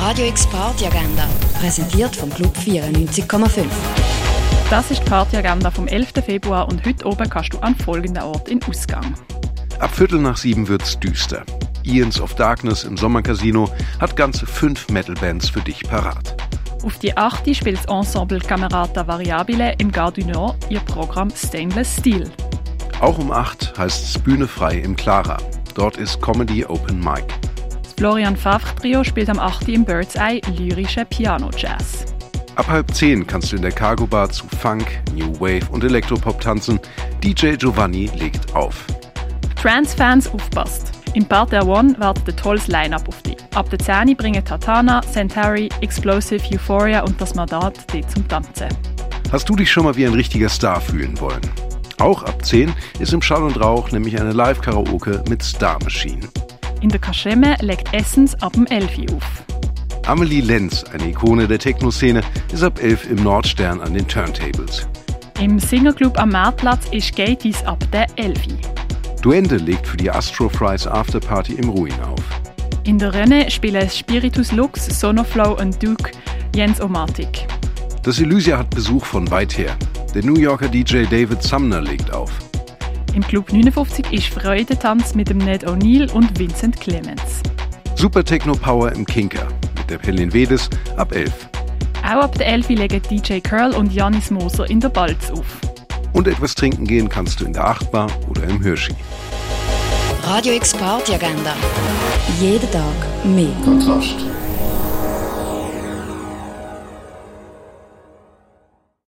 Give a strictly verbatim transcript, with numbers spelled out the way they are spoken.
Radio X Party Agenda, präsentiert vom Club vierundneunzig Komma fünf. Das ist die Partyagenda vom elften Februar und heute oben kannst du an folgenden Ort in Ausgang. Ab Viertel nach sieben wird's düster. Eons of Darkness im Sommercasino hat ganze fünf Metal-Bands für dich parat. Auf die achte spielt das Ensemble Camerata Variabile im Gare du Nord ihr Programm Stainless Steel. Auch um acht heißt es Bühne frei im Clara. Dort ist Comedy Open Mic. Das Florian Favre Trio spielt am achten im Bird's Eye lyrische Piano-Jazz. Ab halb zehn kannst du in der Cargo Bar zu Funk, New Wave und Elektropop tanzen. D J Giovanni legt auf. Trance-Fans aufpasst! Im Parterre One wartet ein tolles Line-Up auf dich. Ab der zehn bringen Tatana, Centauri, Explosive, Euphoria und das Mandat dich zum Tanzen. Hast du dich schon mal wie ein richtiger Star fühlen wollen? Auch ab zehn ist im Schall und Rauch nämlich eine Live-Karaoke mit Star Machine. In der Kaschemme legt Essence ab dem elf auf. Amelie Lenz, eine Ikone der Techno-Szene, ist ab elf im Nordstern an den Turntables. Im Singerclub am Marktplatz ist Gaties ab der elf. Duende legt für die Astro Fries Afterparty im Ruin auf. In der Renne spielen Spiritus Lux, Sonoflow und Duke Jens Omatic. Das Elysia hat Besuch von weit her. Der New Yorker D J David Sumner legt auf. Im Club neunundfünfzig ist Freudetanz mit dem Ned O'Neill und Vincent Clemens. Super Techno Power im Kinker mit der Pelin Vedes ab elf. Auch ab der elf legen D J Curl und Janis Moser in der Balz auf. Und etwas trinken gehen kannst du in der Achtbar oder im Hirschi. Radio X Party Agenda. Jeden Tag mehr. Kontrast.